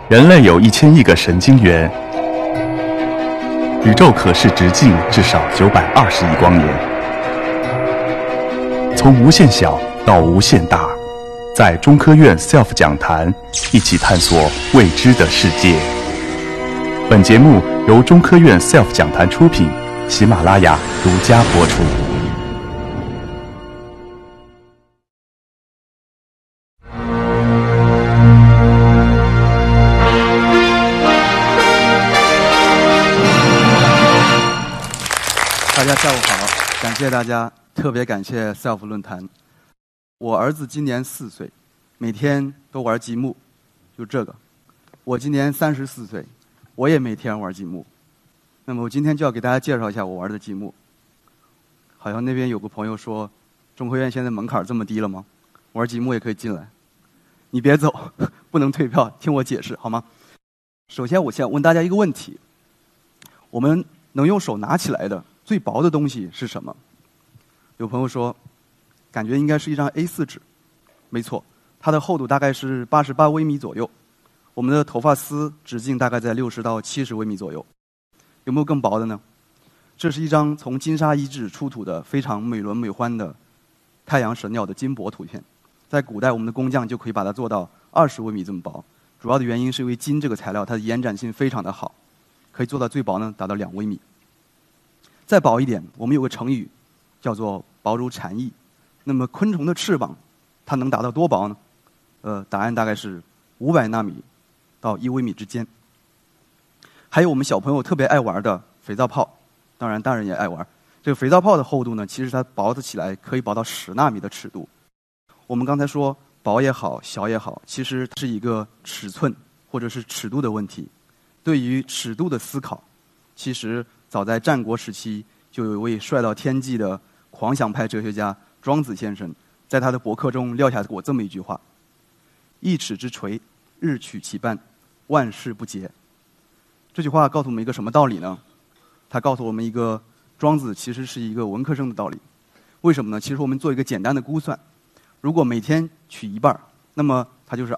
人类有1000亿个神经元，宇宙可视直径至少920亿光年。从无限小到无限大，在中科院 SELF 讲坛一起探索未知的世界。本节目由中科院 SELF 讲坛出品，喜马拉雅独家播出。 大家下午好，感谢大家，特别感谢 SELF 论坛。我儿子今年4岁，每天都玩积木，就这个。我今年34岁，我也每天玩积木。那么我今天就要给大家介绍一下我玩的积木。好像那边有个朋友说，中科院现在门槛这么低了吗？玩积木也可以进来。你别走，不能退票，听我解释好吗？首先，我想问大家一个问题：我们能用手拿起来的最薄的东西是什么？有朋友说，感觉应该是一张 A4 纸。没错，它的厚度大概是88微米左右。我们的头发丝直径大概在60到70微米左右。有没有更薄的呢？这是一张从金沙遗址出土的非常美轮美奂的太阳神鸟的金箔图片。在古代，我们的工匠就可以把它做到20微米这么薄。主要的原因是因为金这个材料它的延展性非常的好，可以做到最薄呢达到2微米。再薄一点，我们有个成语叫做薄如蝉翼。那么昆虫的翅膀它能达到多薄呢？答案大概是500纳米到1微米之间。还有我们小朋友特别爱玩的肥皂泡，当然大人也爱玩。这个肥皂泡的厚度呢，其实它薄得起来可以薄到10纳米的尺度。我们刚才说薄也好，小也好，其实是一个尺寸或者是尺度的问题。对于尺度的思考，其实早在战国时期就有一位帅到天际的狂想派哲学家庄子先生，在他的博客中撂下过这么一句话：“1尺之锤，日取其半，万事不竭。”这句话告诉我们一个什么道理呢？它告诉我们一个庄子其实是一个文科生的道理。为什么呢？其实我们做一个简单的估算，如果每天取1半，那么它就是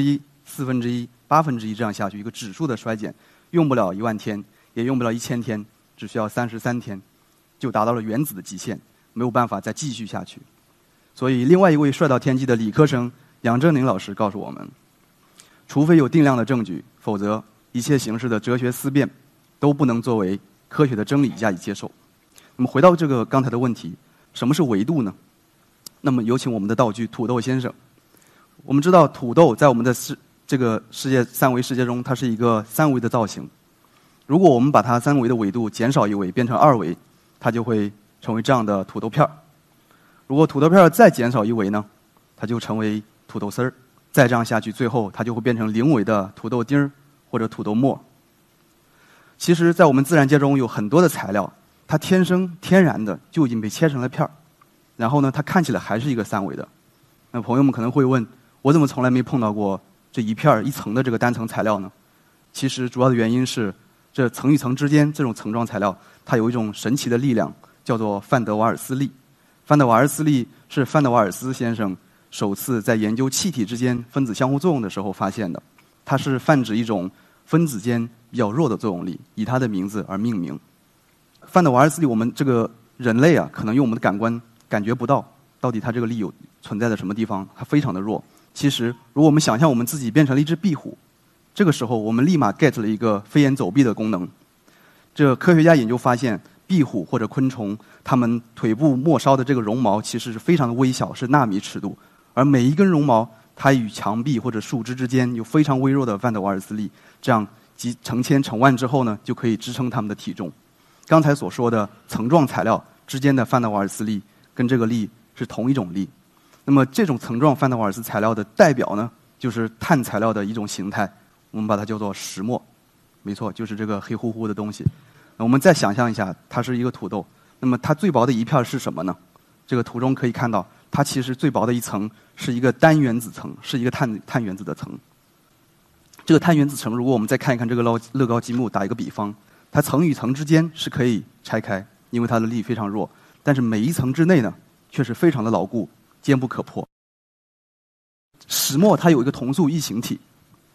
1/2、1/4、1/8这样下去，一个指数的衰减，用不了1万天，也用不了1000天，只需要33天，就达到了原子的极限，没有办法再继续下去。所以另外一位帅到天际的理科生杨振宁老师告诉我们，除非有定量的证据，否则一切形式的哲学思辨都不能作为科学的真理加以接受。那么回到这个刚才的问题，什么是维度呢？那么有请我们的道具土豆先生。我们知道土豆在我们的这个三维世界中，它是一个3维的造型。如果我们把它3维的维度减少1维，变成2维，它就会成为这样的土豆片儿。如果土豆片儿再减少1维呢，它就成为土豆丝儿。再这样下去，最后它就会变成0维的土豆丁儿或者土豆末。其实在我们自然界中有很多的材料，它天然的就已经被切成了片儿，然后呢它看起来还是一个3维的。那朋友们可能会问，我怎么从来没碰到过这一片一层的这个单层材料呢？其实主要的原因是这层与层之间这种层状材料它有一种神奇的力量，叫做范德瓦尔斯力。范德瓦尔斯力是范德瓦尔斯先生首次在研究气体之间分子相互作用的时候发现的。它是泛指一种分子间比较弱的作用力，以它的名字而命名。范德瓦尔斯力，我们这个人类可能用我们的感官感觉不到，到底它这个力有存在在什么地方，它非常的弱。其实，如果我们想象我们自己变成了一只壁虎，这个时候我们立马 get 了一个飞檐走壁的功能。这科学家研究发现，壁虎或者昆虫，它们腿部末梢的这个绒毛其实是非常的微小，是纳米尺度，而每一根绒毛它与墙壁或者树枝之间有非常微弱的范德瓦尔斯力，这样集成千成万之后呢，就可以支撑它们的体重。刚才所说的层状材料之间的范德瓦尔斯力跟这个力是同一种力。那么这种层状范德瓦尔斯材料的代表呢，就是碳材料的一种形态，我们把它叫做石墨。没错，就是这个黑乎乎的东西。那我们再想象一下，它是一个土豆，那么它最薄的一片是什么呢？这个图中可以看到，它其实最薄的一层是一个单原子层，是一个碳原子的层。这个碳原子层，如果我们再看一看这个乐高积木，打一个比方，它层与层之间是可以拆开，因为它的力非常弱，但是每一层之内呢，却是非常的牢固，坚不可破。石墨它有一个同素异形体，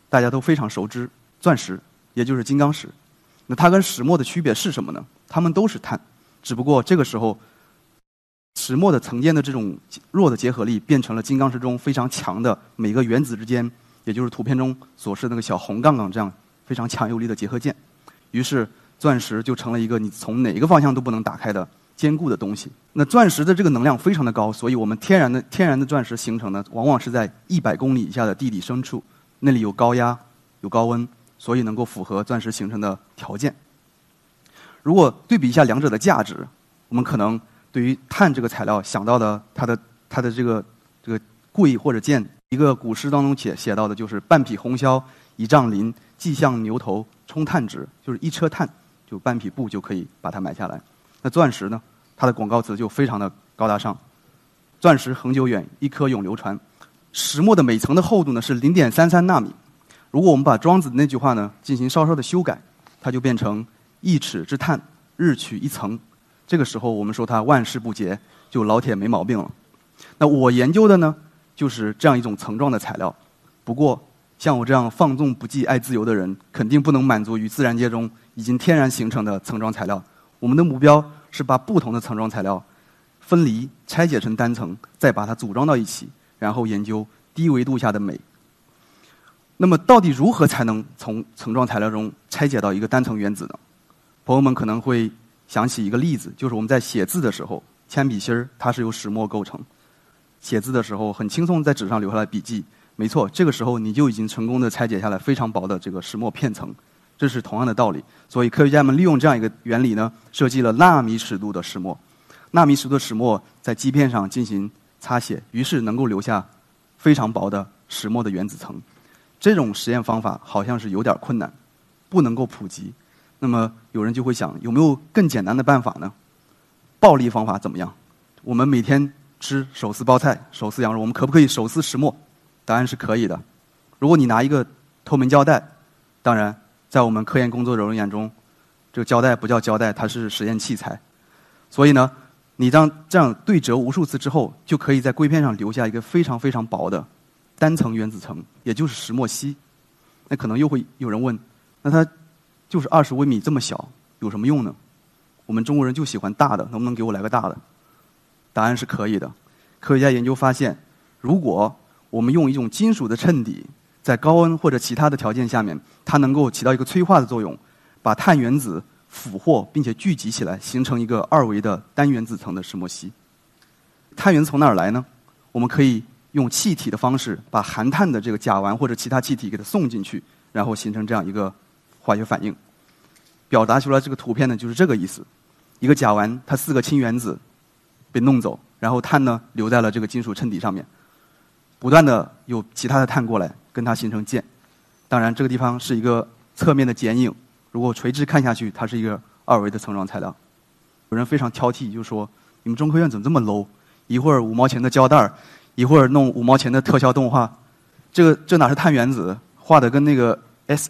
大家都非常熟知，钻石，也就是金刚石。那它跟石墨的区别是什么呢？它们都是碳，只不过这个时候，石墨的层间的这种弱的结合力变成了金刚石中非常强的每个原子之间，也就是图片中所示那个小红杠杠这样非常强有力的结合键。于是钻石就成了一个你从哪个方向都不能打开的坚固的东西。那钻石的这个能量非常的高，所以我们天然的钻石形成呢，往往是在100公里以下的地底深处，那里有高压、有高温，所以能够符合钻石形成的条件。如果对比一下两者的价值，我们可能对于碳这个材料想到的它的这个贵或者贱，一个古诗当中写到的就是半匹红绡一丈绫，既向牛头充炭直，就是一车炭就半匹布就可以把它买下来。那钻石呢，它的广告词就非常的高大上，钻石恒久远，一颗永流传。石墨的每层的厚度呢是0.33纳米。如果我们把庄子的那句话呢进行稍稍的修改，它就变成1尺之碳，日取一层。这个时候我们说它万事不竭，就老铁没毛病了。那我研究的呢，就是这样一种层状的材料。不过像我这样放纵不羁、爱自由的人，肯定不能满足于自然界中已经天然形成的层状材料。我们的目标是把不同的层状材料分离、拆解成单层，再把它组装到一起，然后研究低维度下的美。那么到底如何才能从层状材料中拆解到一个单层原子呢？朋友们可能会想起一个例子，就是我们在写字的时候，铅笔芯儿它是由石墨构成。写字的时候很轻松在纸上留下来笔记，没错，这个时候你就已经成功的拆解下来非常薄的这个石墨片层，这是同样的道理。所以科学家们利用这样一个原理呢，设计了纳米尺度的石墨。纳米尺度的石墨在基片上进行擦写，于是能够留下非常薄的石墨的原子层。这种实验方法好像是有点困难，不能够普及。那么有人就会想，有没有更简单的办法呢？暴力方法怎么样？我们每天吃手撕包菜、手撕羊肉，我们可不可以手撕石墨？答案是可以的。如果你拿一个透明胶带，当然在我们科研工作者人眼中，这个胶带不叫胶带，它是实验器材。所以呢，你这样对折无数次之后，就可以在硅片上留下一个非常非常薄的单层原子层，也就是石墨烯。那可能又会有人问，那它就是20微米这么小，有什么用呢？我们中国人就喜欢大的，能不能给我来个大的？答案是可以的。科学家研究发现，如果我们用一种金属的衬底，在高温或者其他的条件下面，它能够起到一个催化的作用，把碳原子俘获并且聚集起来，形成一个2维的单原子层的石墨烯。碳原子从哪儿来呢？我们可以用气体的方式把含碳的这个甲烷或者其他气体给它送进去，然后形成这样一个化学反应。表达出来这个图片呢，就是这个意思。一个甲烷，它4个氢原子被弄走，然后碳呢留在了这个金属衬底上面，不断的有其他的碳过来跟它形成键。当然这个地方是一个侧面的剪影，如果垂直看下去，它是一个2维的层状材料。有人非常挑剔，就说你们中科院怎么这么 low， 一会儿5毛钱的胶带，一会儿弄5毛钱的特效动画，这哪是碳原子，画的跟那个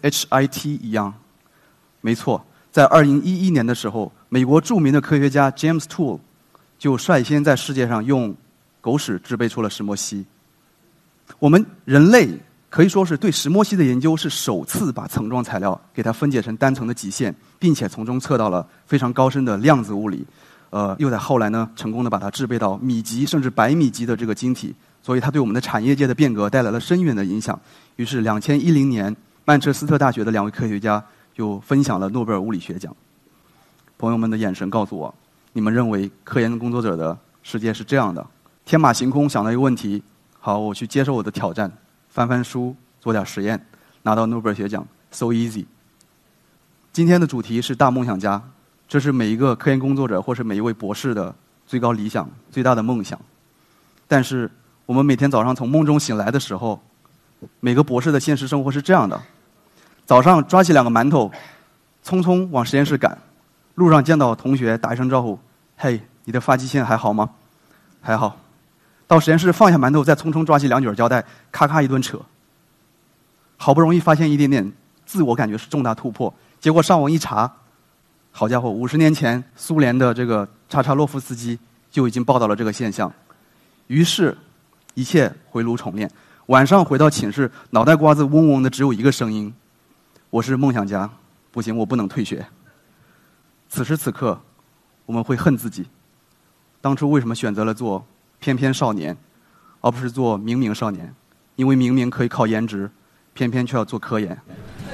SHIT 一样。没错，在2011年的时候，美国著名的科学家 James Toole 就率先在世界上用狗屎制备出了石墨烯。我们人类可以说是对石墨烯的研究是首次把层状材料给它分解成单层的极限，并且从中测到了非常高深的量子物理。又在后来呢，成功的把它制备到米级甚至100米级的这个晶体，所以它对我们的产业界的变革带来了深远的影响。于是2010年，曼彻斯特大学的2位科学家就分享了诺贝尔物理学奖。朋友们的眼神告诉我，你们认为科研工作者的世界是这样的：天马行空想到一个问题，好，我去接受我的挑战，翻翻书，做点实验，拿到诺贝尔学奖 ，so easy。今天的主题是大梦想家，这是每一个科研工作者或是每一位博士的最高理想、最大的梦想。但是我们每天早上从梦中醒来的时候，每个博士的现实生活是这样的：早上抓起2个馒头，匆匆往实验室赶，路上见到同学打一声招呼，嘿，你的发际线还好吗？还好。到实验室放下馒头，再匆匆抓起2卷胶带，咔咔一顿扯。好不容易发现一点点自我感觉是重大突破，结果上网一查，好家伙，50年前苏联的这个查查洛夫斯基就已经报道了这个现象。于是，一切回炉重练。 晚上回到寝室，脑袋瓜子嗡嗡的，只有一个声音：我是梦想家，不行，我不能退学。此时此刻，我们会恨自己，当初为什么选择了做翩翩少年，而不是做明明少年？因为明明可以靠颜值，偏偏却要做科研。